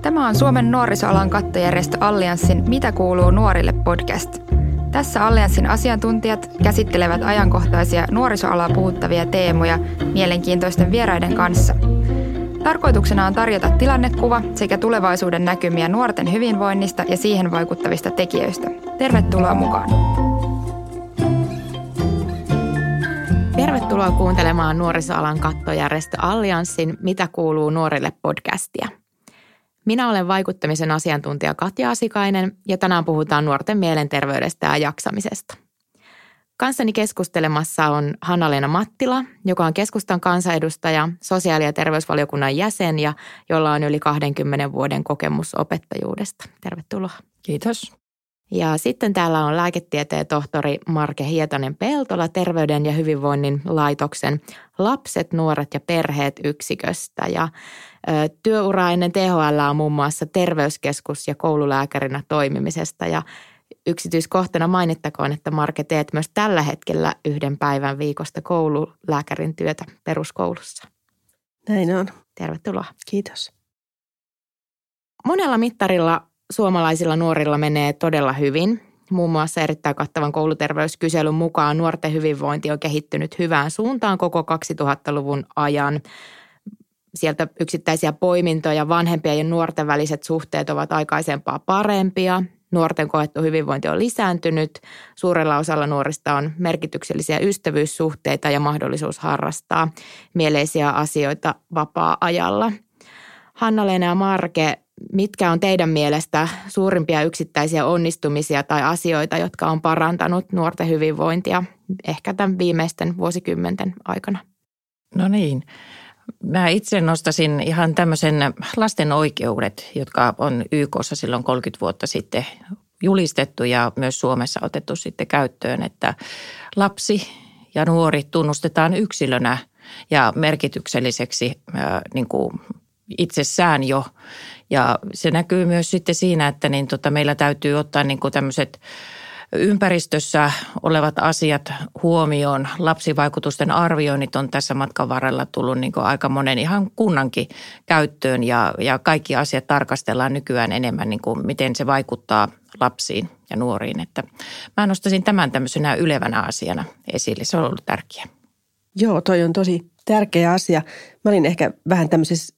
Tämä on Suomen nuorisoalan kattojärjestö Allianssin Mitä kuuluu nuorille podcast. Tässä Allianssin asiantuntijat käsittelevät ajankohtaisia nuorisoalaa puhuttavia teemoja mielenkiintoisten vieraiden kanssa. Tarkoituksena on tarjota tilannekuva sekä tulevaisuuden näkymiä nuorten hyvinvoinnista ja siihen vaikuttavista tekijöistä. Tervetuloa mukaan! Tervetuloa kuuntelemaan nuorisoalan kattojärjestö Allianssin Mitä kuuluu nuorille podcastia. Minä olen vaikuttamisen asiantuntija Katja Asikainen ja tänään puhutaan nuorten mielenterveydestä ja jaksamisesta. Kanssani keskustelemassa on Hanna-Leena Mattila, joka on keskustan kansanedustaja, sosiaali- ja terveysvaliokunnan jäsen ja jolla on yli 20 vuoden kokemus opettajuudesta. Tervetuloa. Kiitos. Ja sitten täällä on lääketieteen tohtori Marke Hietanen-Peltola Terveyden ja hyvinvoinnin laitoksen Lapset, nuoret ja perheet -yksiköstä. Ja työura ennen THL on muun muassa terveyskeskus- ja koululääkärinä toimimisesta. Ja yksityiskohtana mainittakoon, että Marke teet myös tällä hetkellä 1 päivän viikosta koululääkärin työtä peruskoulussa. Näin on. Tervetuloa. Kiitos. Monella mittarilla suomalaisilla nuorilla menee todella hyvin. Muun muassa erittäin kattavan kouluterveyskyselyn mukaan nuorten hyvinvointi on kehittynyt hyvään suuntaan koko 2000-luvun ajan. Sieltä yksittäisiä poimintoja, vanhempien ja nuorten väliset suhteet ovat aikaisempaa parempia. Nuorten koettu hyvinvointi on lisääntynyt. Suurella osalla nuorista on merkityksellisiä ystävyyssuhteita ja mahdollisuus harrastaa mieleisiä asioita vapaa-ajalla. Hanna-Leena ja Marke, mitkä on teidän mielestä suurimpia yksittäisiä onnistumisia tai asioita, jotka on parantanut nuorten hyvinvointia ehkä tämän viimeisten vuosikymmenten aikana? No niin. Mä itse nostasin ihan tämmöisen lasten oikeudet, jotka on YK:ssa silloin 30 vuotta sitten julistettu ja myös Suomessa otettu sitten käyttöön, että lapsi ja nuori tunnustetaan yksilönä ja merkitykselliseksi niin kuin itsessään jo. Ja se näkyy myös sitten siinä, että meillä täytyy ottaa tämmöiset ympäristössä olevat asiat huomioon. Lapsivaikutusten arvioinnit on tässä matkan varrella tullut aika monen ihan kunnankin käyttöön ja kaikki asiat tarkastellaan nykyään enemmän, miten se vaikuttaa lapsiin ja nuoriin. Että mä nostaisin tämän tämmöisenä ylevänä asiana esille. Se on ollut tärkeä. Joo, toi on tosi tärkeä asia. Mä olin ehkä vähän tämmöisessä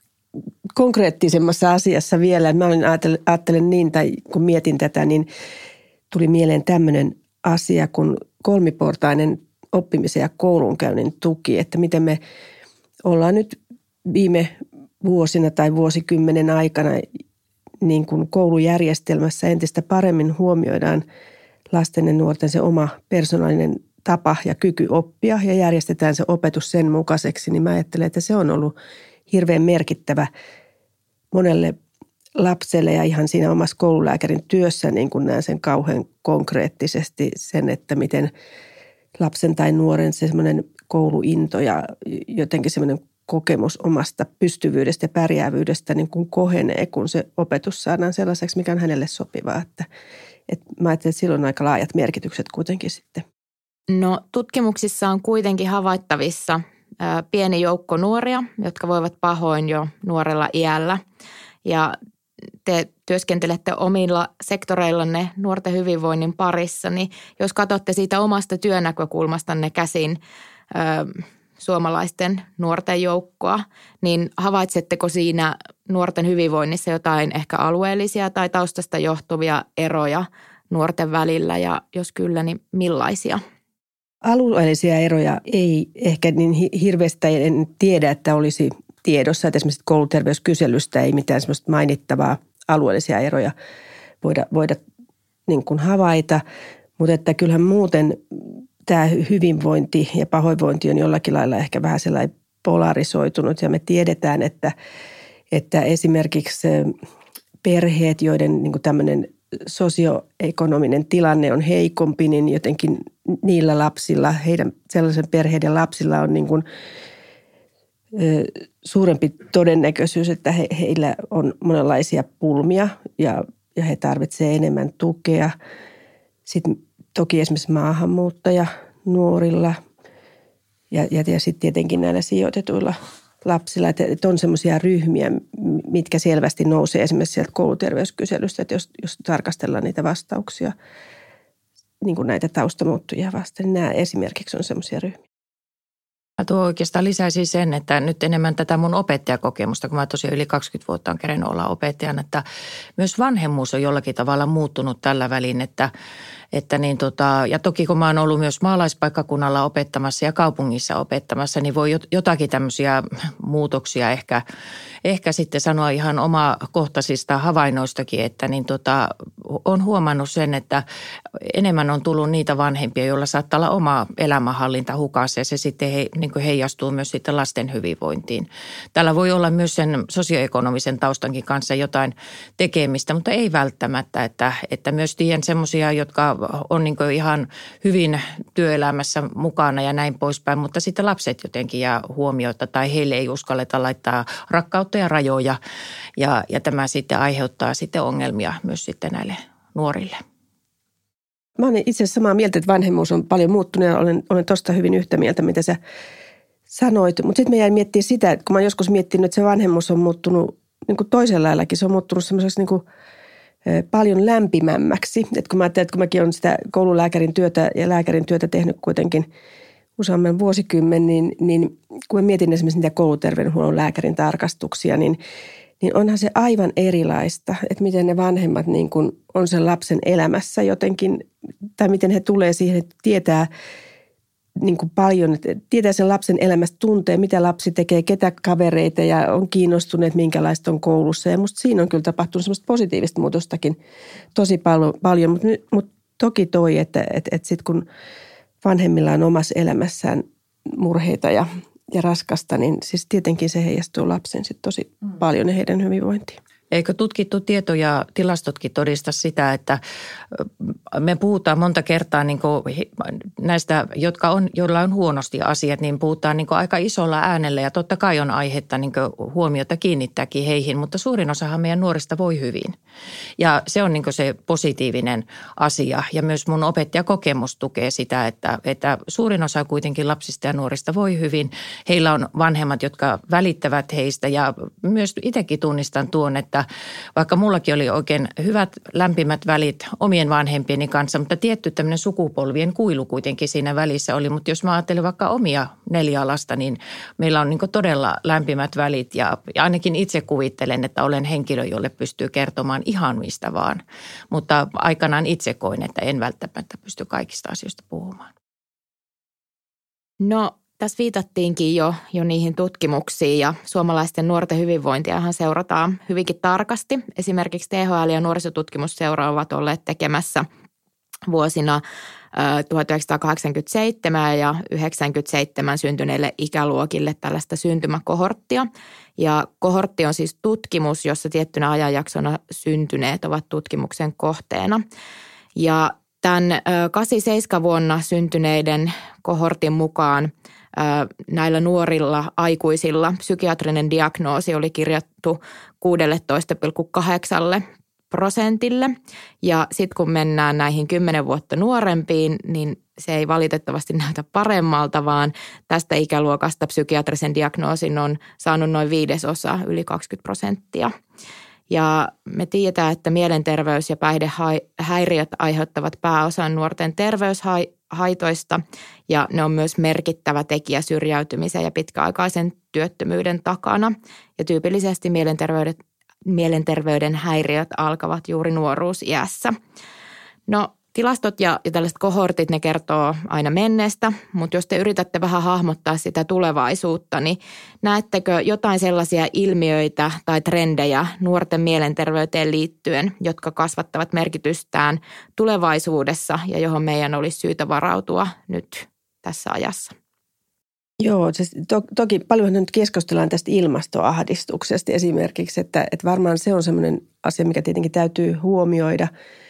konkreettisemmassa asiassa vielä. Mä ajattelen niin, tai kun mietin tätä, niin tuli mieleen tämmöinen asia kuin kolmiportainen oppimisen ja koulunkäynnin tuki, että miten me ollaan nyt viime vuosina tai vuosikymmenen aikana niin kuin koulujärjestelmässä entistä paremmin huomioidaan lasten ja nuorten se oma persoonallinen tapa ja kyky oppia ja järjestetään se opetus sen mukaiseksi, niin mä ajattelen, että se on ollut hirveän merkittävä monelle lapselle ja ihan siinä omassa koululääkärin työssä niin kun näen sen kauhean konkreettisesti sen, että miten lapsen tai nuoren se semmoinen kouluinto ja jotenkin semmoinen kokemus omasta pystyvyydestä ja pärjäävyydestä niin kun kohenee, kun se opetus saadaan sellaiseksi, mikä on hänelle sopivaa. Että mä ajattelen, että sillä on aika laajat merkitykset kuitenkin sitten. No tutkimuksissa on kuitenkin havaittavissa pieni joukko nuoria, jotka voivat pahoin jo nuorella iällä ja te työskentelette omilla sektoreillanne nuorten hyvinvoinnin parissa, niin jos katsotte siitä omasta työnäkökulmastanne käsin suomalaisten nuorten joukkoa, niin havaitsetteko siinä nuorten hyvinvoinnissa jotain ehkä alueellisia tai taustasta johtuvia eroja nuorten välillä ja jos kyllä, niin millaisia? Alueellisia eroja ei ehkä niin hirveästi en tiedä, että olisi tiedossa, että esimerkiksi kouluterveyskyselystä ei mitään semmoista mainittavaa alueellisia eroja voida niin kuin havaita, mutta että kyllähän muuten tämä hyvinvointi ja pahoinvointi on jollakin lailla ehkä vähän sellainen polarisoitunut ja me tiedetään, että esimerkiksi perheet, joiden niin kuin tämmöinen sosioekonominen tilanne on heikompi, niin jotenkin niillä lapsilla, heidän sellaisen perheiden lapsilla on niin kuin suurempi todennäköisyys, että heillä on monenlaisia pulmia ja he tarvitsevat enemmän tukea. Sitten toki esimerkiksi maahanmuuttaja nuorilla ja sitten tietenkin näillä sijoitetuilla lapsilla, että on semmoisia ryhmiä, mitkä selvästi nousee esimerkiksi sieltä kouluterveyskyselystä, että jos tarkastellaan niitä vastauksia, niin kuin näitä taustamuuttujia vastaan, niin nämä esimerkiksi on semmoisia ryhmiä. Mä tuo oikeastaan lisäisin sen, että nyt enemmän tätä mun opettajakokemusta, kun mä tosiaan yli 20 vuotta on kerennyt olla opettajana, että myös vanhemmuus on jollakin tavalla muuttunut tällä välin, ja toki kun mä oon ollut myös maalaispaikkakunnalla opettamassa ja kaupungissa opettamassa, niin voi jotakin tämmöisiä muutoksia ehkä sitten sanoa ihan omakohtaisista havainnoistakin, että on huomannut sen, että enemmän on tullut niitä vanhempia, joilla saattaa olla oma elämänhallinta hukassa ja se sitten heijastuu myös sitten lasten hyvinvointiin. Täällä voi olla myös sen sosioekonomisen taustankin kanssa jotain tekemistä, mutta ei välttämättä, että myös tiedän semmoisia, jotka on ihan hyvin työelämässä mukana ja näin poispäin, mutta sitten lapset jotenkin jää huomiota tai heille ei uskalleta laittaa rakkautta ja rajoja ja tämä sitten aiheuttaa sitten ongelmia myös sitten näille nuorille. Mä olen itse asiassa samaa mieltä, että vanhemmuus on paljon muuttunut ja olen tuosta hyvin yhtä mieltä, mitä sä sanoit. Mutta sitten mä jäin miettimään sitä, että kun mä joskus miettinyt, että se vanhemmuus on muuttunut niin kuin toisella laillakin. Se on muuttunut semmoiseksi niin kuin paljon lämpimämmäksi. Että kun mä ajattelen, että kun mäkin olen sitä koululääkärin työtä ja lääkärin työtä tehnyt kuitenkin useamman vuosikymmen, niin kun mä mietin esimerkiksi niitä kouluterveydenhuollon lääkärin tarkastuksia, niin onhan se aivan erilaista, että miten ne vanhemmat niin kuin on sen lapsen elämässä jotenkin, tai miten he tulee siihen, että tietää niin kuin paljon, että tietää sen lapsen elämästä, tuntee, mitä lapsi tekee, ketä kavereita ja on kiinnostuneet, minkälaista on koulussa. Ja musta siinä on kyllä tapahtunut semmoista positiivista muutostakin tosi paljon, mutta toki toi, että sitten kun vanhemmilla on omassa elämässään murheita ja raskasta, niin siis tietenkin se heijastuu lapsen sitten tosi paljon ja heidän hyvinvointiin. Eikö tutkittu tieto ja tilastotkin todista sitä, että me puhutaan monta kertaa niin kuin näistä, joilla on huonosti asiat, niin puhutaan niin kuin aika isolla äänellä ja totta kai on aihetta niin kuin huomiota kiinnittääkin heihin, mutta suurin osahan meidän nuorista voi hyvin. Ja se on niin kuin se positiivinen asia ja myös mun opettajakokemus tukee sitä, että suurin osa kuitenkin lapsista ja nuorista voi hyvin. Heillä on vanhemmat, jotka välittävät heistä ja myös itsekin tunnistan tuon, että vaikka mullakin oli oikein hyvät lämpimät välit omien vanhempieni kanssa, mutta tietty tämmöinen sukupolvien kuilu kuitenkin siinä välissä oli. Mutta jos mä ajattelen vaikka omia 4 lasta, niin meillä on niin kuin todella lämpimät välit ja ainakin itse kuvittelen, että olen henkilö, jolle pystyy kertomaan ihan mistä vaan. Mutta aikanaan itse koin, että en välttämättä pysty kaikista asioista puhumaan. No, tässä viitattiinkin jo niihin tutkimuksiin ja suomalaisten nuorten hyvinvointiahan seurataan hyvinkin tarkasti. Esimerkiksi THL ja nuorisotutkimusseura ovat olleet tekemässä vuosina 1987 ja 1997 syntyneille ikäluokille tällaista syntymäkohorttia. Ja kohortti on siis tutkimus, jossa tiettynä ajanjaksona syntyneet ovat tutkimuksen kohteena. Ja tämän 87 vuonna syntyneiden kohortin mukaan näillä nuorilla aikuisilla psykiatrinen diagnoosi oli kirjattu 16,8%. Ja sitten kun mennään näihin 10 vuotta nuorempiin, niin se ei valitettavasti näytä paremmalta, vaan tästä ikäluokasta psykiatrisen diagnoosin on saanut noin 1/5, yli 20%. Ja me tiedetään, että mielenterveys- ja päihdehäiriöt aiheuttavat pääosan nuorten terveyshaitoista ja ne on myös merkittävä tekijä syrjäytymisen ja pitkäaikaisen työttömyyden takana. Ja tyypillisesti mielenterveyden häiriöt alkavat juuri nuoruusiässä. No, tilastot ja tällaiset kohortit, ne kertoo aina menneestä, mutta jos te yritätte vähän hahmottaa sitä tulevaisuutta, niin näettekö jotain sellaisia ilmiöitä tai trendejä nuorten mielenterveyteen liittyen, jotka kasvattavat merkitystään tulevaisuudessa ja johon meidän olisi syytä varautua nyt tässä ajassa? Joo, toki paljon nyt keskustellaan tästä ilmastoahdistuksesta esimerkiksi, että varmaan se on semmoinen asia, mikä tietenkin täytyy huomioida.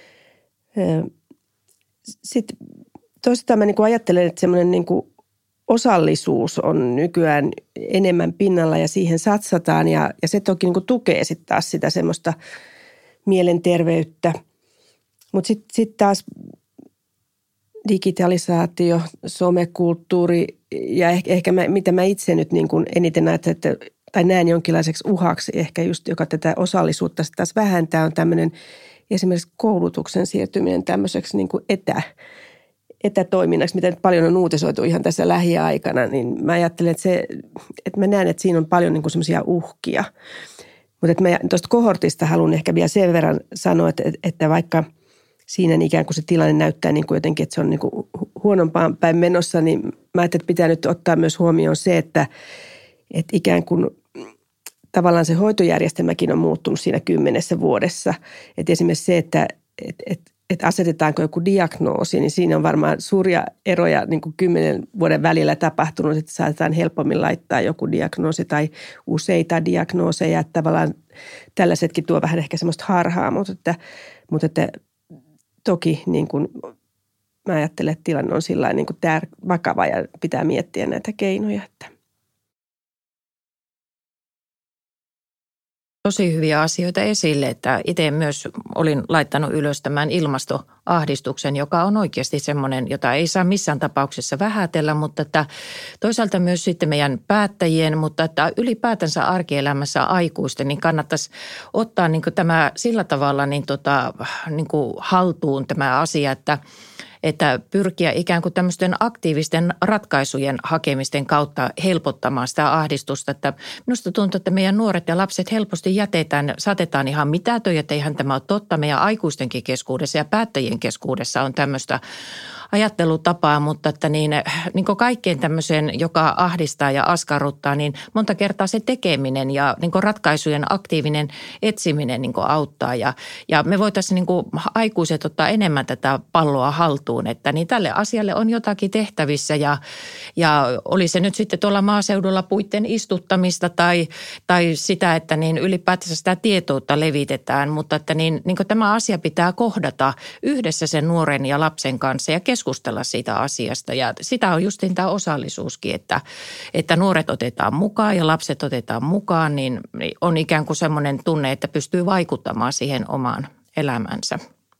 Sitten toisaalta mä ajattelen, että semmoinen osallisuus on nykyään enemmän pinnalla ja siihen satsataan ja se toki tukee sitten taas sitä semmoista mielenterveyttä. Mutta sitten taas digitalisaatio, somekulttuuri ja ehkä mitä mä itse nyt niin kuin eniten tai näen jonkinlaiseksi uhaksi ehkä just, joka tätä osallisuutta taas vähentää, on tämmöinen esimerkiksi koulutuksen siirtyminen tämmöiseksi niin kuin etätoiminnaksi, mitä nyt paljon on uutisoitu ihan tässä lähiaikana, niin mä ajattelen, että mä näen, että siinä on paljon niin kuin semmoisia uhkia. Mutta mä tuosta kohortista haluan ehkä vielä sen verran sanoa, että vaikka siinä ikään kuin se tilanne näyttää niin kuin jotenkin, että se on niin kuin huonompaan päin menossa, niin mä ajattelin, että pitää nyt ottaa myös huomioon se, että ikään kuin tavallaan se hoitojärjestelmäkin on muuttunut siinä 10 vuodessa. Että esimerkiksi se, että asetetaanko joku diagnoosi, niin siinä on varmaan suuria eroja niin kuin 10 vuoden välillä tapahtunut, että saatetaan helpommin laittaa joku diagnoosi tai useita diagnooseja. Että tavallaan tällaisetkin tuo vähän ehkä semmoista harhaa, mutta että toki niin kuin mä ajattelen, että tilanne on sillä niin kuin vakava ja pitää miettiä näitä keinoja, että tosi hyviä asioita esille, että itse myös olin laittanut ylös tämän ilmastoahdistuksen, joka on oikeasti semmoinen, jota ei saa missään tapauksessa vähätellä, mutta että toisaalta myös sitten meidän päättäjien, mutta että ylipäätänsä arkielämässä aikuisten, niin kannattaisi ottaa niin kuin tämä sillä tavalla niin kuin haltuun tämä asia, että pyrkiä ikään kuin tämmöisten aktiivisten ratkaisujen hakemisten kautta helpottamaan sitä ahdistusta. Että minusta tuntuu, että meidän nuoret ja lapset helposti saatetaan ihan mitätöjä, että eihän tämä ole totta. Meidän aikuistenkin keskuudessa ja päättäjien keskuudessa on tämmöistä ajattelutapaa, mutta että niin kuin kaikkeen tämmöiseen, joka ahdistaa ja askarruttaa, niin monta kertaa se tekeminen ja niin kuin ratkaisujen aktiivinen etsiminen niin kuin auttaa. Ja me voitaisiin niin kuin aikuiset ottaa enemmän tätä palloa haltuun, että niin tälle asialle on jotakin tehtävissä ja oli se nyt sitten tuolla maaseudulla puitten istuttamista tai sitä, että niin ylipäätänsä sitä tietoutta levitetään, mutta että niin kuin tämä asia pitää kohdata yhdessä sen nuoren ja lapsen kanssa ja keskustella siitä asiasta. Ja sitä on justiin tämä osallisuuskin, että nuoret otetaan mukaan ja lapset otetaan mukaan, niin on ikään kuin semmoinen tunne, että pystyy vaikuttamaan siihen omaan elämänsä.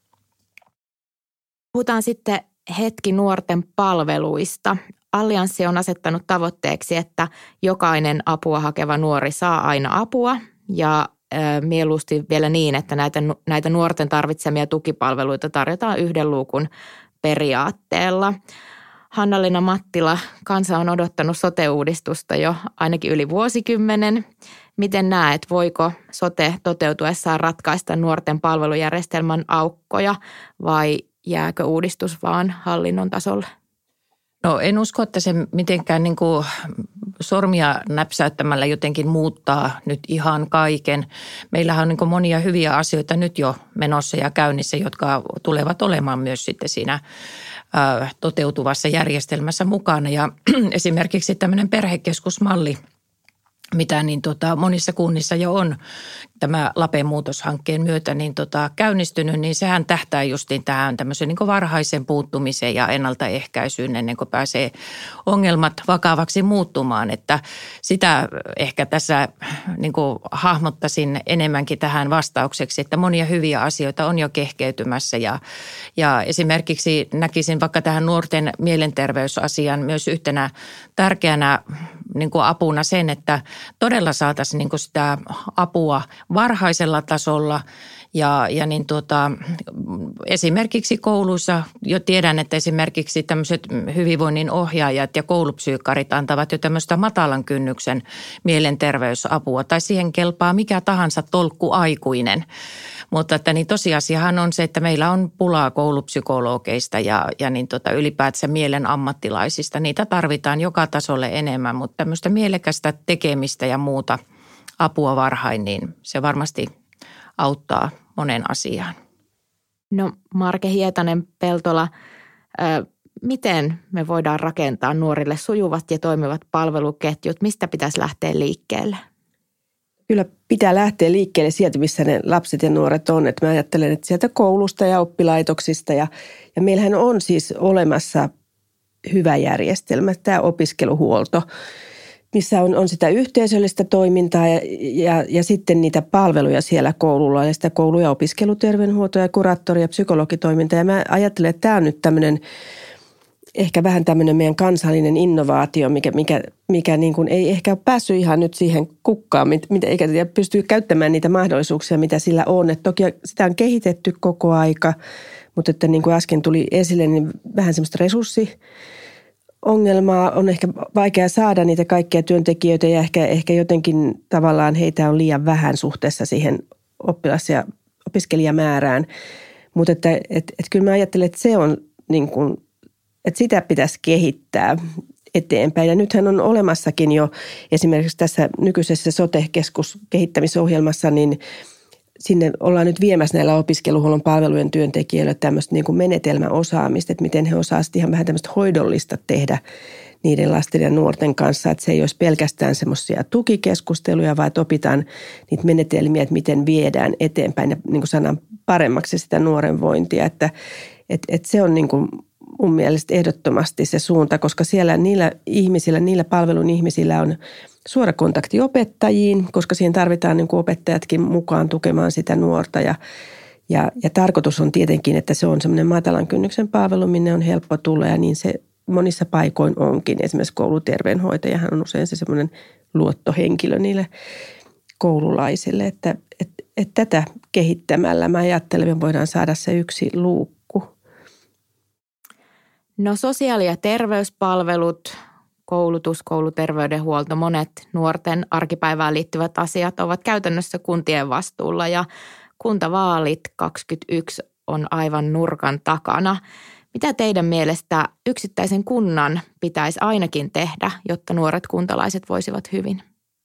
Puhutaan sitten hetki nuorten palveluista. Allianssi on asettanut tavoitteeksi, että jokainen apua hakeva nuori saa aina apua ja mieluusti vielä niin, että näitä nuorten tarvitsemia tukipalveluita tarjotaan yhden luukun periaatteella. Hanna-Leena Mattila, kansa on odottanut sote-uudistusta jo ainakin yli vuosikymmenen. Miten näet, voiko sote toteutuessaan ratkaista nuorten palvelujärjestelmän aukkoja vai jääkö uudistus vaan hallinnon tasolle? No en usko, että se mitenkään niin kuin sormia näpsäyttämällä jotenkin muuttaa nyt ihan kaiken. Meillähän on niin kuin monia hyviä asioita nyt jo menossa ja käynnissä, jotka tulevat olemaan myös sitten siinä toteutuvassa järjestelmässä mukana. Ja esimerkiksi tämmöinen perhekeskusmalli, mitä niin monissa kunnissa jo on tämä LAPE-muutoshankkeen myötä niin käynnistynyt, niin sehän tähtää justiin tähän tämmöiseen niin varhaisen puuttumiseen ja ennaltaehkäisyyn ennen kuin pääsee ongelmat vakavaksi muuttumaan. Että sitä ehkä tässä niin kuin hahmottaisin enemmänkin tähän vastaukseksi, että monia hyviä asioita on jo kehkeytymässä ja esimerkiksi näkisin vaikka tähän nuorten mielenterveysasian myös yhtenä tärkeänä niin kuin apuna sen, että todella saataisiin niin kuin sitä apua varhaisella tasolla ja niin esimerkiksi kouluissa jo tiedän, että esimerkiksi tämmöiset hyvinvoinnin ohjaajat ja koulupsyykkarit antavat jo tämmöistä matalan kynnyksen mielenterveysapua tai siihen kelpaa mikä tahansa tolkkuaikuinen. Mutta että niin tosiasiahan on se, että meillä on pulaa koulupsykologeista ja niin ylipäätänsä mielen ammattilaisista. Niitä tarvitaan joka tasolle enemmän, mutta tämmöistä mielekästä tekemistä ja muuta apua varhain, niin se varmasti auttaa monen asiaan. No Marke Hietanen-Peltola, miten me voidaan rakentaa nuorille sujuvat ja toimivat palveluketjut? Mistä pitäisi lähteä liikkeelle? Kyllä pitää lähteä liikkeelle sieltä, missä ne lapset ja nuoret on. Että mä ajattelen, että sieltä koulusta ja oppilaitoksista ja meillähän on siis olemassa hyvä järjestelmä, tämä opiskeluhuolto, missä on sitä yhteisöllistä toimintaa ja sitten niitä palveluja siellä koululla, ja sitä koulu- ja opiskeluterveydenhuoltoa ja kuraattori- ja psykologitoimintaa. Ja mä ajattelen, että tämä on nyt tämmöinen ehkä vähän tämmöinen meidän kansallinen innovaatio, mikä niin kuin ei ehkä ole päässyt ihan nyt siihen kukkaan, eikä pystyy käyttämään niitä mahdollisuuksia, mitä sillä on. Et toki sitä on kehitetty koko aika, mutta että niin kuin äsken tuli esille, niin vähän semmoista resurssiongelmaa on ehkä vaikea saada niitä kaikkia työntekijöitä ja ehkä jotenkin tavallaan heitä on liian vähän suhteessa siihen oppilas- ja opiskelijamäärään. Mutta että kyllä mä ajattelen, että se on niin kuin, että sitä pitäisi kehittää eteenpäin. Ja nythän on olemassakin jo esimerkiksi tässä nykyisessä sote-keskuskehittämisohjelmassa, niin sinne ollaan nyt viemässä näillä opiskeluhuollon palvelujen työntekijöillä tämmöistä niin kuin menetelmäosaamista, että miten he osaavat ihan vähän tämmöistä hoidollista tehdä niiden lasten ja nuorten kanssa, että se ei olisi pelkästään semmoisia tukikeskusteluja, vaan että opitaan niitä menetelmiä, että miten viedään eteenpäin ja niin kuin saadaan paremmaksi sitä nuoren vointia, että se on niin kuin mun mielestä ehdottomasti se suunta, koska siellä niillä palvelun ihmisillä on suora kontakti opettajiin, koska siihen tarvitaan niin kuin opettajatkin mukaan tukemaan sitä nuorta ja tarkoitus on tietenkin, että se on semmoinen matalan kynnyksen palvelu, minne on helppo tulla ja niin se monissa paikoin onkin. Esimerkiksi kouluterveydenhoitajahan on usein se semmoinen luottohenkilö niille koululaisille, että tätä kehittämällä mä ajattelen, että me voidaan saada se yksi luukku. No sosiaali- ja terveyspalvelut, koulutus, kouluterveydenhuolto, monet nuorten arkipäivään liittyvät asiat ovat käytännössä kuntien vastuulla ja kuntavaalit 2021 on aivan nurkan takana. Mitä teidän mielestä yksittäisen kunnan pitäisi ainakin tehdä, jotta nuoret kuntalaiset voisivat hyvin?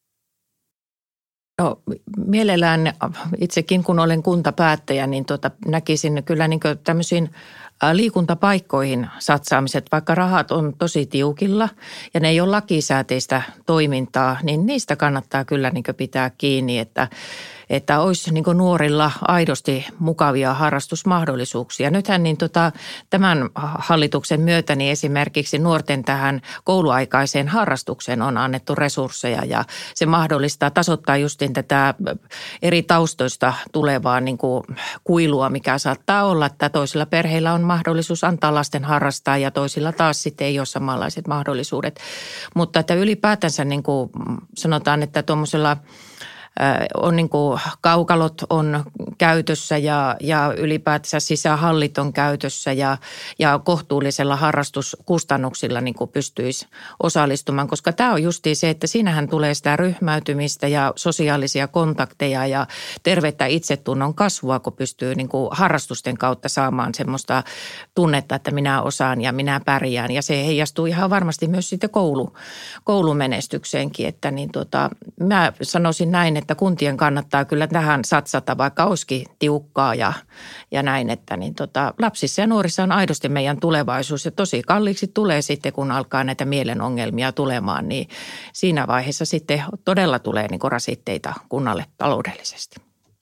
No mielellään itsekin, kun olen kuntapäättäjä, niin näkisin kyllä niin kuin tämmöisiin liikuntapaikkoihin satsaamiset, vaikka rahat on tosi tiukilla ja ne ei ole lakisääteistä toimintaa, niin niistä kannattaa kyllä niin kuin pitää kiinni, että olisi niin kuin nuorilla aidosti mukavia harrastusmahdollisuuksia. Nythän niin tämän hallituksen myötä niin esimerkiksi nuorten tähän kouluaikaiseen harrastukseen on annettu resursseja ja se mahdollistaa tasoittaa justiin tätä eri taustoista tulevaa niin kuin kuilua, mikä saattaa olla, että toisilla perheillä on mahdollisuus antaa lasten harrastaa ja toisilla taas sitten ei ole samanlaiset mahdollisuudet. Mutta että ylipäätänsä niin kuin sanotaan, että tuommoisella on niin kuin kaukalot on käytössä ja ylipäätänsä sisähallit on käytössä ja kohtuullisella harrastuskustannuksilla niin kuin pystyisi osallistumaan, koska tämä on justiin se, että siinähän tulee sitä ryhmäytymistä ja sosiaalisia kontakteja ja tervettä itsetunnon kasvua, kun pystyy niin kuin harrastusten kautta saamaan semmoista tunnetta, että minä osaan ja minä pärjään ja se heijastuu ihan varmasti myös sitten koulumenestykseenkin, että niin mä sanoisin näin, että kuntien kannattaa kyllä tähän satsata, vaikka olisikin tiukkaa ja näin, että niin lapsissa ja nuorissa on aidosti meidän tulevaisuus ja tosi kalliiksi tulee sitten, kun alkaa näitä mielenongelmia tulemaan, niin siinä vaiheessa sitten todella tulee niin kuin rasitteita kunnalle taloudellisesti.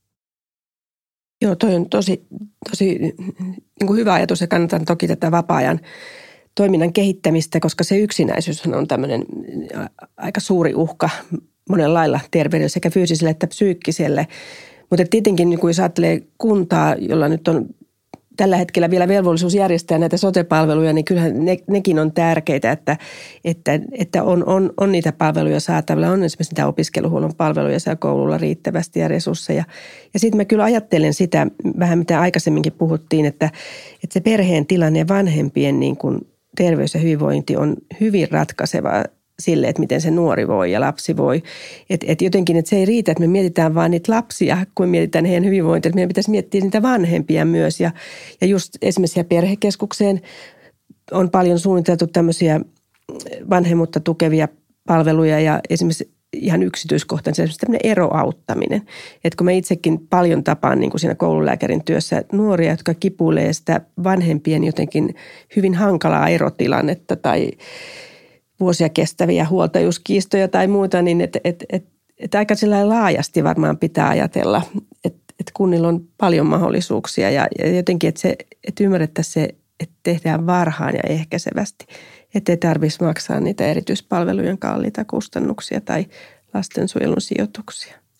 Joo, toi on tosi niin kuin hyvä ajatus ja kannatan toki tätä vapaa-ajan toiminnan kehittämistä, koska se yksinäisyys on tämmöinen aika suuri uhka monella lailla terveydelle sekä fyysiselle että psyykkiselle. Mutta tietenkin, kun jos ajattelee kuntaa, jolla nyt on tällä hetkellä vielä velvollisuus järjestää näitä sote-palveluja, niin kyllähän nekin on tärkeitä, että on niitä palveluja saatavilla. On esimerkiksi niitä opiskeluhuollon palveluja siellä koululla riittävästi ja resursseja. Ja sitten mä kyllä ajattelen sitä vähän, mitä aikaisemminkin puhuttiin, että se perheen tilanne ja vanhempien niin kuin terveys ja hyvinvointi on hyvin ratkaisevaa sille, että miten se nuori voi ja lapsi voi. Että jotenkin, että se ei riitä, että me mietitään vaan niitä lapsia, kun mietitään heidän hyvinvointia. Meidän pitäisi miettiä niitä vanhempia myös. Ja just esimerkiksi perhekeskukseen on paljon suunniteltu tämmöisiä vanhemmuutta tukevia palveluja ja esimerkiksi ihan yksityiskohtaisesti esimerkiksi tämmöinen eroauttaminen. Että kun mä itsekin paljon tapaan niin kuin siinä koululääkärin työssä nuoria, jotka kipuilee sitä vanhempien jotenkin hyvin hankalaa erotilannetta tai vuosia kestäviä huoltajuuskiistoja tai muuta, niin että aika sillä laajasti varmaan pitää ajatella, että kunnilla on paljon mahdollisuuksia ja jotenkin, että ymmärrettäisiin se, että tehdään varhaan ja ehkäisevästi, ettei tarvitsisi maksaa niitä erityispalvelujen kalliita kustannuksia tai lastensuojelun sijoituksia.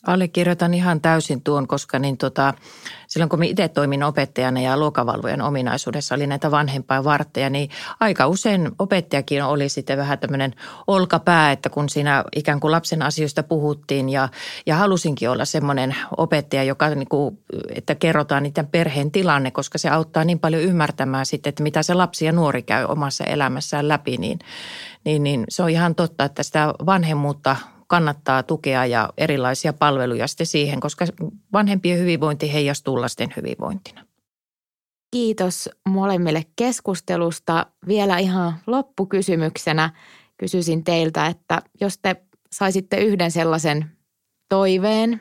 Allekirjoitan ihan täysin tuon, koska silloin kun itse toimin opettajana ja luokanvalvojan ominaisuudessa oli näitä vanhempainvartteja, niin aika usein opettajakin oli sitten vähän tämmöinen olkapää, että kun siinä ikään kuin lapsen asioista puhuttiin ja halusinkin olla semmoinen opettaja, joka että kerrotaan niiden perheen tilanne, koska se auttaa niin paljon ymmärtämään sitten, että mitä se lapsi ja nuori käy omassa elämässään läpi, niin se on ihan totta, että sitä vanhemmuutta kannattaa tukea ja erilaisia palveluja sitten siihen, koska vanhempien hyvinvointi heijastuu lasten hyvinvointina. Kiitos molemmille keskustelusta. Vielä ihan loppukysymyksenä kysyisin teiltä, että jos te saisitte yhden sellaisen toiveen,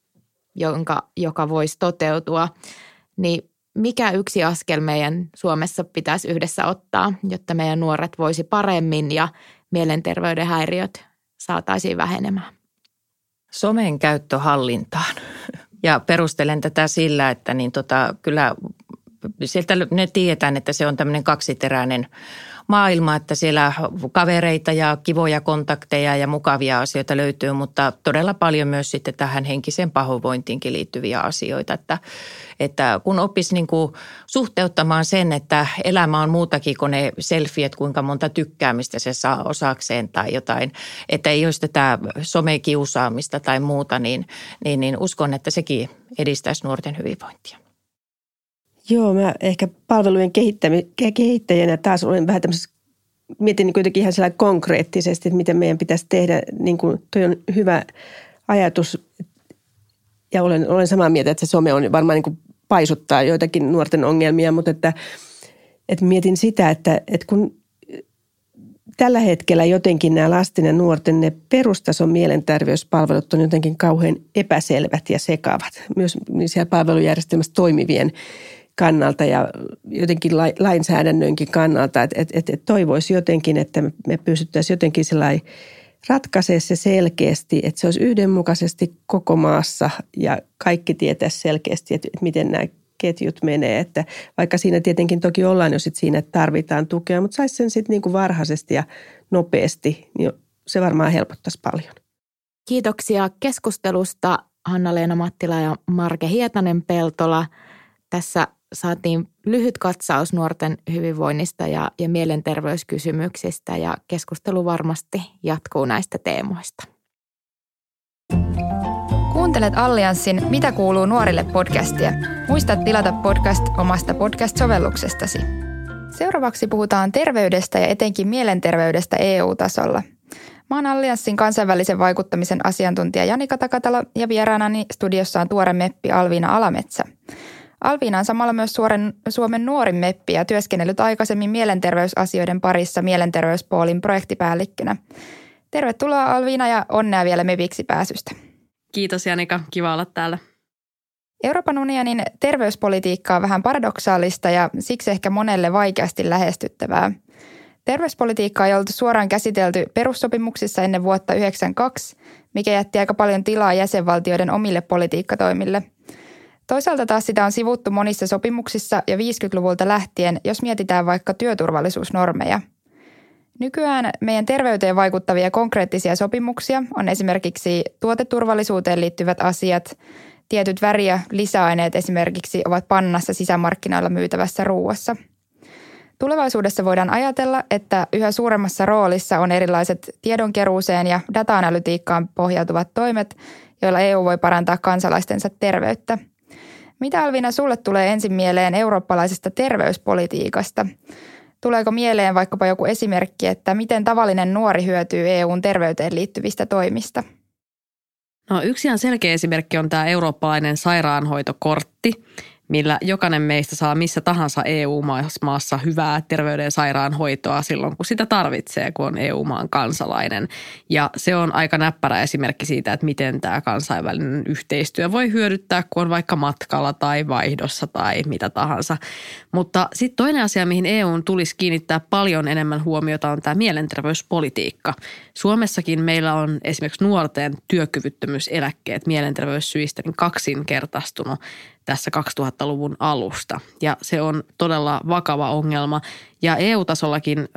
joka voisi toteutua, niin mikä yksi askel meidän Suomessa pitäisi yhdessä ottaa, jotta meidän nuoret voisi paremmin ja mielenterveyden häiriöt saataisiin vähenemään? Somen käyttö hallintaan. Ja perustelen tätä sillä, että kyllä sieltä ne tiedetään, että se on tämmöinen kaksiteräinen maailma, että siellä kavereita ja kivoja kontakteja ja mukavia asioita löytyy, mutta todella paljon myös sitten tähän henkiseen pahoinvointiinkin liittyviä asioita, että kun oppisi suhteuttamaan sen, että elämä on muutakin kuin ne selfiet, kuinka monta tykkäämistä se saa osakseen tai jotain, että ei olisi tätä somekiusaamista tai muuta, niin uskon, että sekin edistäisi nuorten hyvinvointia. Joo, mä ehkä palvelujen kehittäjänä taas olen vähän tämmöisessä, mietin kuitenkin ihan sellainen konkreettisesti, että miten meidän pitäisi tehdä, niin kuin toi on hyvä ajatus ja olen samaa mieltä, että se some on varmaan niin kuin paisuttaa joitakin nuorten ongelmia, mutta että mietin sitä, että kun tällä hetkellä jotenkin nämä lasten ja nuorten ne perustason mielenterveyspalvelut on jotenkin kauhean epäselvät ja sekavat, myös siellä palvelujärjestelmässä toimivien kannalta ja jotenkin lainsäädännönkin kannalta, että toivoisi jotenkin, että me pystyttäisiin jotenkin sellainen ratkaisemaan se selkeästi, että se olisi yhdenmukaisesti koko maassa ja kaikki tietäisi selkeästi, että miten nämä ketjut menee, että vaikka siinä tietenkin toki ollaan jo sit siinä, että tarvitaan tukea, mutta saisi sen sitten niin kuin varhaisesti ja nopeasti, niin se varmaan helpottaisi paljon. Kiitoksia keskustelusta Hanna-Leena Mattila ja Marke Hietanen-Peltola. Tässä saatiin lyhyt katsaus nuorten hyvinvoinnista ja mielenterveyskysymyksistä ja keskustelu varmasti jatkuu näistä teemoista. Kuuntelet Allianssin Mitä kuuluu nuorille podcastia. Muista tilata podcast omasta podcast-sovelluksestasi. Seuraavaksi puhutaan terveydestä ja etenkin mielenterveydestä EU-tasolla. Mä oon Allianssin kansainvälisen vaikuttamisen asiantuntija Janika Takatalo ja vieraanani studiossa on tuore meppi Alviina Alametsä. Alviina on samalla myös Suomen nuorin meppi ja työskennellyt aikaisemmin mielenterveysasioiden parissa mielenterveyspoolin projektipäällikkönä. Tervetuloa Alviina ja onnea vielä mepiksi pääsystä. Kiitos Janika, kiva olla täällä. Euroopan unionin terveyspolitiikka on vähän paradoksaalista ja siksi ehkä monelle vaikeasti lähestyttävää. Terveyspolitiikkaa ei oltu suoraan käsitelty perussopimuksissa ennen vuotta 1992, mikä jätti aika paljon tilaa jäsenvaltioiden omille politiikkatoimille. Toisaalta taas sitä on sivuttu monissa sopimuksissa jo 50-luvulta lähtien, jos mietitään vaikka työturvallisuusnormeja. Nykyään meidän terveyteen vaikuttavia konkreettisia sopimuksia on esimerkiksi tuoteturvallisuuteen liittyvät asiat, tietyt väri- ja lisäaineet esimerkiksi ovat pannassa sisämarkkinoilla myytävässä ruuassa. Tulevaisuudessa voidaan ajatella, että yhä suuremmassa roolissa on erilaiset tiedonkeruuseen ja data-analytiikkaan pohjautuvat toimet, joilla EU voi parantaa kansalaistensa terveyttä. Mitä Alviina sulle tulee ensin mieleen eurooppalaisesta terveyspolitiikasta? Tuleeko mieleen vaikkapa joku esimerkki, että miten tavallinen nuori hyötyy EU:n terveyteen liittyvistä toimista? No, yksi ihan selkeä esimerkki on tämä eurooppalainen sairaanhoitokortti, millä jokainen meistä saa missä tahansa EU-maassa hyvää terveyden sairaanhoitoa silloin, kun sitä tarvitsee, kun on EU-maan kansalainen. Ja se on aika näppärä esimerkki siitä, että miten tämä kansainvälinen yhteistyö voi hyödyttää, kun on vaikka matkalla tai vaihdossa tai mitä tahansa. Mutta sitten toinen asia, mihin EU:n tulisi kiinnittää paljon enemmän huomiota, on tämä mielenterveyspolitiikka. Suomessakin meillä on esimerkiksi nuorten työkyvyttömyyseläkkeet mielenterveyssyistä niin kaksinkertaistunut tässä 2000-luvun alusta. Ja se on todella vakava ongelma. Ja EU-tasollakin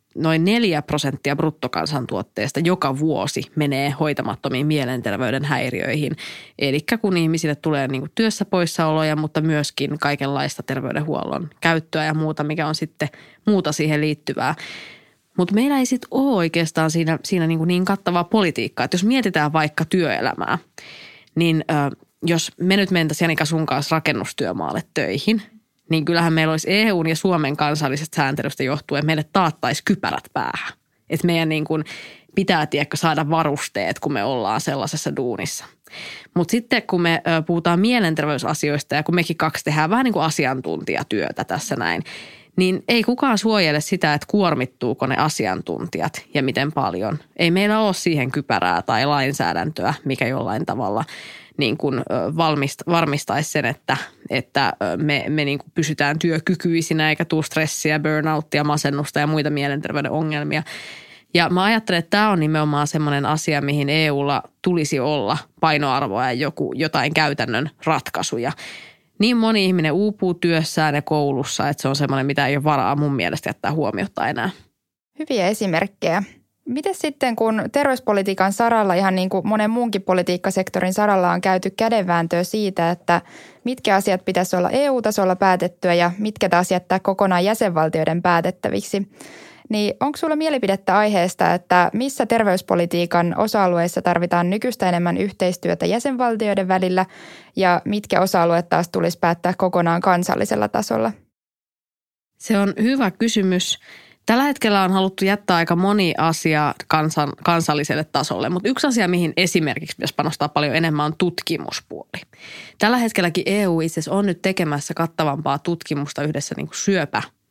noin 4% bruttokansantuotteesta joka vuosi menee hoitamattomiin mielenterveyden häiriöihin. Eli kun ihmisille tulee niin kuin työssä poissaoloja, mutta myöskin kaikenlaista terveydenhuollon käyttöä ja muuta, mikä on sitten muuta siihen liittyvää. Mutta meillä ei sitten ole oikeastaan siinä niin kattavaa politiikkaa, että jos mietitään vaikka työelämää, niin jos me nyt mentäisiin Janika sun kanssa rakennustyömaalle töihin, niin kyllähän meillä olisi EUn ja Suomen kansallisesta sääntelystä johtuen meille taattaisi kypärät päähän. Että meidän niin kuin pitää saada varusteet, kun me ollaan sellaisessa duunissa. Mutta sitten kun me puhutaan mielenterveysasioista ja kun mekin kaksi tehdään vähän niin kuin asiantuntijatyötä tässä näin, niin ei kukaan suojele sitä, että kuormittuuko ne asiantuntijat ja miten paljon. Ei meillä ole siihen kypärää tai lainsäädäntöä, mikä jollain tavalla niin kuin varmistaisi sen, että me niin kuin pysytään työkykyisinä eikä tule stressiä, burnouttia, masennusta ja muita mielenterveyden ongelmia. Ja mä ajattelen, että tämä on nimenomaan semmoinen asia, mihin EUlla tulisi olla painoarvoa ja jotain käytännön ratkaisuja. Niin moni ihminen uupuu työssään ja koulussa, että se on semmoinen, mitä ei ole varaa mun mielestä jättää huomiota enää. Hyviä esimerkkejä. Miten sitten, kun terveyspolitiikan saralla, ihan niin kuin monen muunkin politiikkasektorin saralla on käyty kädenvääntöä siitä, että mitkä asiat pitäisi olla EU-tasolla päätettyä ja mitkä taas jättää kokonaan jäsenvaltioiden päätettäviksi, niin onko sulla mielipidettä aiheesta, että missä terveyspolitiikan osa-alueissa tarvitaan nykyistä enemmän yhteistyötä jäsenvaltioiden välillä ja mitkä osa-alueet taas tulisi päättää kokonaan kansallisella tasolla? Se on hyvä kysymys. Tällä hetkellä on haluttu jättää aika moni asia kansalliselle tasolle, mutta yksi asia, mihin esimerkiksi pitäisi panostaa paljon enemmän, on tutkimuspuoli. Tällä hetkelläkin EU itse asiassa on nyt tekemässä kattavampaa tutkimusta yhdessä niin kuin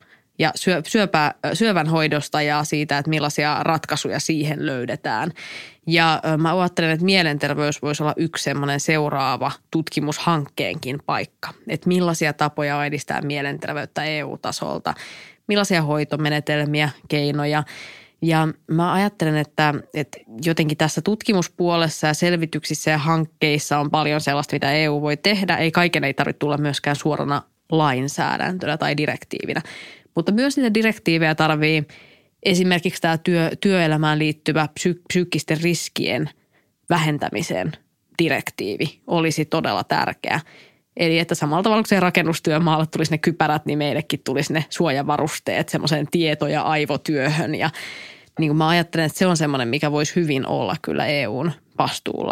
syövän hoidosta ja siitä, että millaisia ratkaisuja siihen löydetään. Ja mä ajattelen, että mielenterveys voisi olla yksi semmoinen seuraava tutkimushankkeenkin paikka. Että millaisia tapoja edistää mielenterveyttä EU-tasolta, millaisia hoitomenetelmiä, keinoja. Ja mä ajattelen, että jotenkin tässä tutkimuspuolessa ja selvityksissä ja hankkeissa on paljon sellaista, mitä EU voi tehdä. Kaiken ei tarvitse tulla myöskään suorana lainsäädäntönä tai direktiivinä. Mutta myös niitä direktiivejä tarvii esimerkiksi tämä työelämään liittyvä psyykkisten riskien vähentämisen direktiivi olisi todella tärkeä. Eli että samalla tavalla kuin se rakennustyömaalle tulisi ne kypärät, niin meillekin tulisi ne suojavarusteet semmoiseen tieto- ja aivotyöhön. Ja niin kuin mä ajattelen, että se on semmoinen, mikä voisi hyvin olla kyllä EUn vastuulla.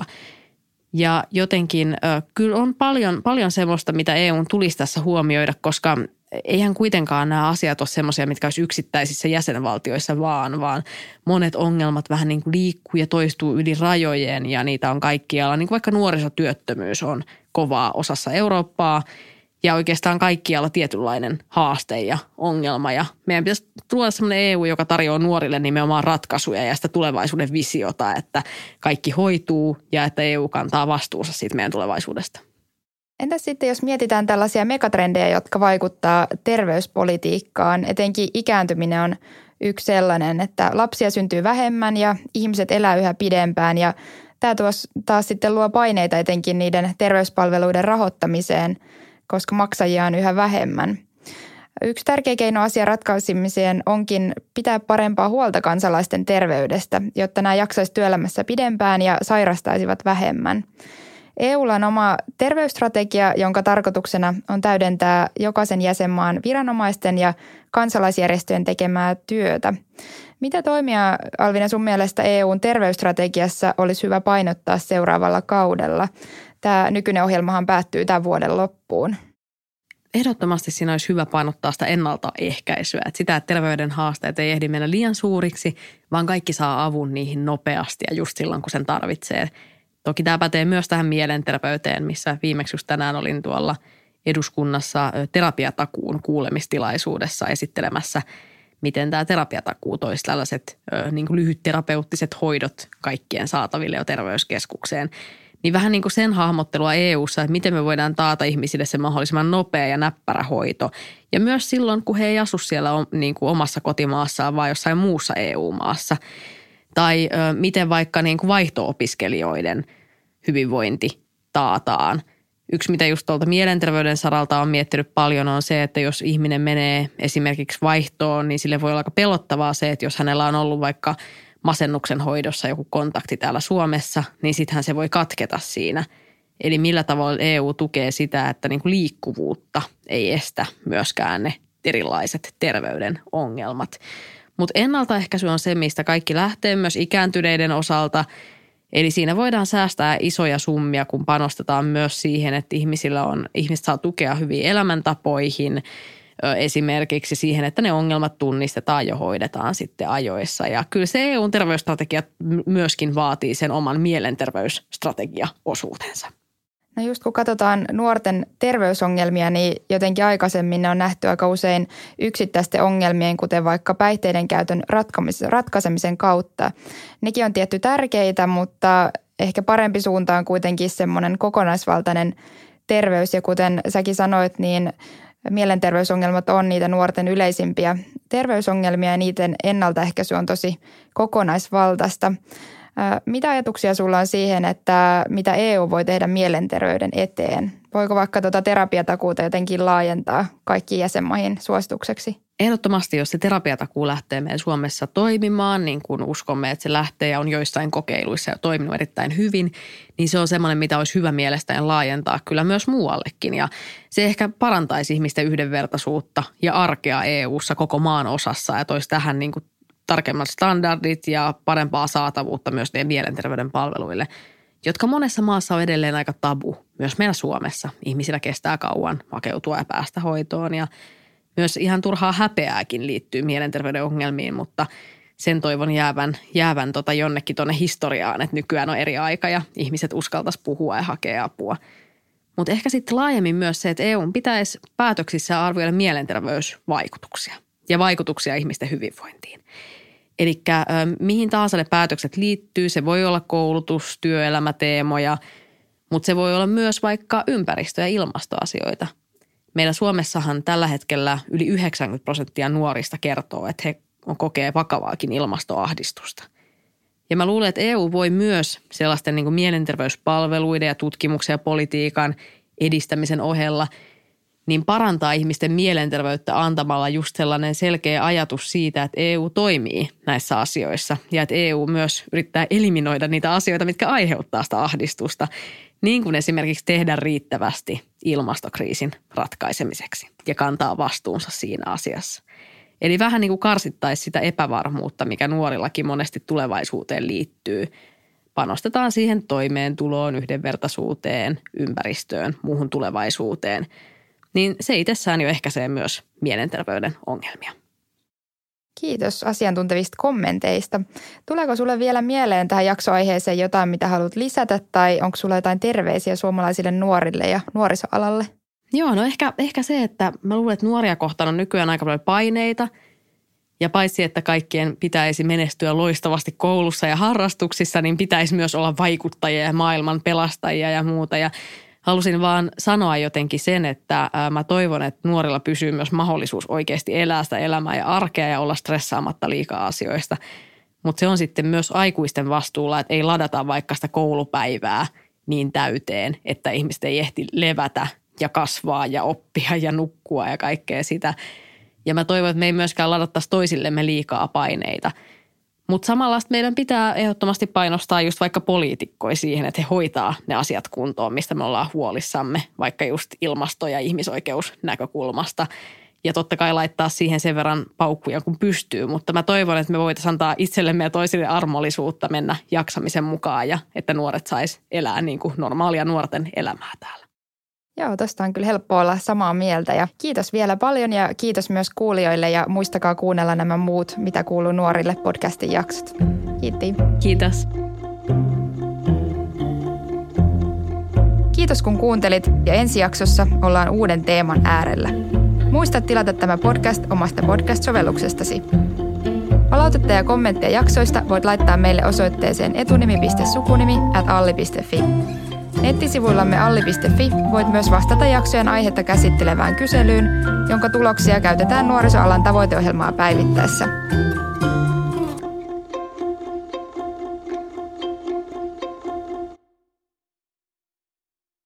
Ja jotenkin kyllä on paljon semmoista, mitä EUn tulisi tässä huomioida, koska eihän kuitenkaan nämä asiat ole semmoisia, mitkä olisi yksittäisissä jäsenvaltioissa vaan monet ongelmat vähän niin kuin liikkuu ja toistuu yli rajojen ja niitä on kaikkialla. Niin kuin vaikka nuorisotyöttömyys on kovaa osassa Eurooppaa ja oikeastaan kaikkialla tietynlainen haaste ja ongelma. Ja meidän pitäisi tuoda semmoinen EU, joka tarjoaa nuorille nimenomaan ratkaisuja ja sitä tulevaisuuden visiota, että kaikki hoituu ja että EU kantaa vastuunsa siitä meidän tulevaisuudesta. Entäs sitten, jos mietitään tällaisia megatrendejä, jotka vaikuttaa terveyspolitiikkaan, etenkin ikääntyminen on yksi sellainen, että lapsia syntyy vähemmän ja ihmiset elää yhä pidempään ja tämä taas sitten luo paineita etenkin niiden terveyspalveluiden rahoittamiseen, koska maksajia on yhä vähemmän. Yksi tärkeä keino asian ratkaisemiseen onkin pitää parempaa huolta kansalaisten terveydestä, jotta nämä jaksaisivat työelämässä pidempään ja sairastaisivat vähemmän. EUlla on oma terveysstrategia, jonka tarkoituksena on täydentää jokaisen jäsenmaan viranomaisten ja kansalaisjärjestöjen tekemää työtä. Mitä toimia, Alvina, sun mielestä EUn terveysstrategiassa olisi hyvä painottaa seuraavalla kaudella? Tämä nykyinen ohjelmahan päättyy tämän vuoden loppuun. Ehdottomasti siinä olisi hyvä painottaa sitä ennaltaehkäisyä. Että sitä, että terveyden haasteet ei ehdi mennä liian suuriksi, vaan kaikki saa avun niihin nopeasti ja just silloin, kun sen tarvitsee. Toki tämä pätee myös tähän mielenterveyteen, missä viimeksi just tänään olin tuolla eduskunnassa terapiatakuun kuulemistilaisuudessa esittelemässä, miten tämä terapiatakuu toisi tällaiset niin kuin lyhytterapeuttiset hoidot kaikkien saataville jo terveyskeskukseen. Niin vähän niin kuin sen hahmottelua EU:ssa, että miten me voidaan taata ihmisille se mahdollisimman nopea ja näppärä hoito. Ja myös silloin, kun he ei asu siellä niin kuin omassa kotimaassaan, vaan jossain muussa EU-maassa. Tai miten vaikka niin kuin vaihto-opiskelijoiden hyvinvointi taataan. Yksi, mitä just tuolta mielenterveyden saralta on miettinyt paljon, on se, että jos ihminen menee esimerkiksi vaihtoon, niin sille voi olla aika pelottavaa se, että jos hänellä on ollut vaikka masennuksen hoidossa joku kontakti täällä Suomessa, niin sittenhän se voi katketa siinä. Eli millä tavalla EU tukee sitä, että niin kuin liikkuvuutta ei estä myöskään ne erilaiset terveyden ongelmat. Mutta ennaltaehkäisy on se, mistä kaikki lähtee myös ikääntyneiden osalta. Eli siinä voidaan säästää isoja summia, kun panostetaan myös siihen, että ihmiset saa tukea hyviin elämäntapoihin, esimerkiksi siihen, että ne ongelmat tunnistetaan ja hoidetaan sitten ajoissa. Ja kyllä se EU:n terveysstrategia myöskin vaatii sen oman mielenterveysstrategia-osuutensa. No just kun katsotaan nuorten terveysongelmia, niin jotenkin aikaisemmin ne on nähty aika usein yksittäisten ongelmien, kuten vaikka päihteiden käytön ratkaisemisen kautta. Nekin on tietty tärkeitä, mutta ehkä parempi suunta on kuitenkin semmoinen kokonaisvaltainen terveys. Ja kuten säkin sanoit, niin mielenterveysongelmat on niitä nuorten yleisimpiä terveysongelmia ja niiden ennaltaehkäisy on tosi kokonaisvaltaista. Mitä ajatuksia sulla on siihen, että mitä EU voi tehdä mielenterveyden eteen? Voiko vaikka terapiatakuuta jotenkin laajentaa kaikkiin jäsenmaihin suositukseksi? Ehdottomasti, jos se terapiatakuu lähtee meidän Suomessa toimimaan, niin kuin uskomme, että se lähtee ja on joissain kokeiluissa ja toiminut erittäin hyvin, niin se on semmoinen, mitä olisi hyvä mielestäni laajentaa kyllä myös muuallekin. Ja se ehkä parantaisi ihmisten yhdenvertaisuutta ja arkea EU:ssa koko maan osassa ja toisi tähän niin kuin tarkemmat standardit ja parempaa saatavuutta myös teidän mielenterveyden palveluille, jotka monessa maassa on edelleen aika tabu. Myös meillä Suomessa ihmisillä kestää kauan hakeutua ja päästä hoitoon ja myös ihan turhaa häpeääkin liittyy mielenterveyden ongelmiin, mutta sen toivon jäävän jonnekin tuonne historiaan, että nykyään on eri aika ja ihmiset uskaltaisi puhua ja hakea apua. Mutta ehkä sitten laajemmin myös se, että EU:n pitäisi päätöksissä arvioida mielenterveysvaikutuksia ja vaikutuksia ihmisten hyvinvointiin. Eli mihin tahansa ne päätökset liittyy, se voi olla koulutus, työelämäteemoja, mutta se voi olla myös vaikka ympäristö- ja ilmastoasioita. Meillä Suomessahan tällä hetkellä yli 90% nuorista kertoo, että he kokee vakavaakin ilmastoahdistusta. Ja mä luulen, että EU voi myös sellaisten niin kuin mielenterveyspalveluiden ja tutkimuksen ja politiikan edistämisen ohella niin parantaa ihmisten mielenterveyttä antamalla just sellainen selkeä ajatus siitä, että EU toimii näissä asioissa ja että EU myös yrittää eliminoida niitä asioita, mitkä aiheuttaa sitä ahdistusta, niin kuin esimerkiksi tehdä riittävästi ilmastokriisin ratkaisemiseksi ja kantaa vastuunsa siinä asiassa. Eli vähän niin kuin karsittaisi sitä epävarmuutta, mikä nuorillakin monesti tulevaisuuteen liittyy. Panostetaan siihen toimeentuloon, yhdenvertaisuuteen, ympäristöön, muuhun tulevaisuuteen. Niin se itsessään jo ehkäisee myös mielenterveyden ongelmia. Kiitos asiantuntevista kommenteista. Tuleeko sulle vielä mieleen tähän jaksoaiheeseen jotain, mitä haluat lisätä, tai onko sulla jotain terveisiä suomalaisille nuorille ja nuorisoalalle? Joo, no ehkä se, että mä luulen, että nuoria kohtaan on nykyään aika paljon paineita. Ja paitsi, että kaikkien pitäisi menestyä loistavasti koulussa ja harrastuksissa, niin pitäisi myös olla vaikuttajia ja maailman pelastajia ja muuta. Ja halusin vaan sanoa jotenkin sen, että mä toivon, että nuorilla pysyy myös mahdollisuus oikeasti elää sitä elämää ja arkea ja olla stressaamatta liikaa asioista. Mutta se on sitten myös aikuisten vastuulla, että ei ladata vaikka sitä koulupäivää niin täyteen, että ihmiset ei ehti levätä ja kasvaa ja oppia ja nukkua ja kaikkea sitä. Ja mä toivon, että me ei myöskään ladattaisi toisillemme liikaa paineita. Mutta samalla meidän pitää ehdottomasti painostaa just vaikka poliitikkoja siihen, että he hoitaa ne asiat kuntoon, mistä me ollaan huolissamme, vaikka just ilmasto- ja ihmisoikeusnäkökulmasta. Ja totta kai laittaa siihen sen verran paukkuja kun pystyy, mutta mä toivon, että me voitaisiin antaa itsellemme ja toisille armollisuutta mennä jaksamisen mukaan ja että nuoret sais elää niin kuin normaalia nuorten elämää täällä. Joo, tosta on kyllä helppo olla samaa mieltä ja kiitos vielä paljon ja kiitos myös kuulijoille ja muistakaa kuunnella nämä muut Mitä kuuluu nuorille podcastin jaksot. Kiitti. Kiitos. Kiitos kun kuuntelit ja ensi jaksossa ollaan uuden teeman äärellä. Muista tilata tämä podcast omasta podcast-sovelluksestasi. Palautetta ja kommentteja jaksoista voit laittaa meille osoitteeseen etunimi.sukunimi@alli.fi. Nettisivuillamme alli.fi voit myös vastata jaksojen aihetta käsittelevään kyselyyn, jonka tuloksia käytetään nuorisoalan tavoiteohjelmaa päivittäessä.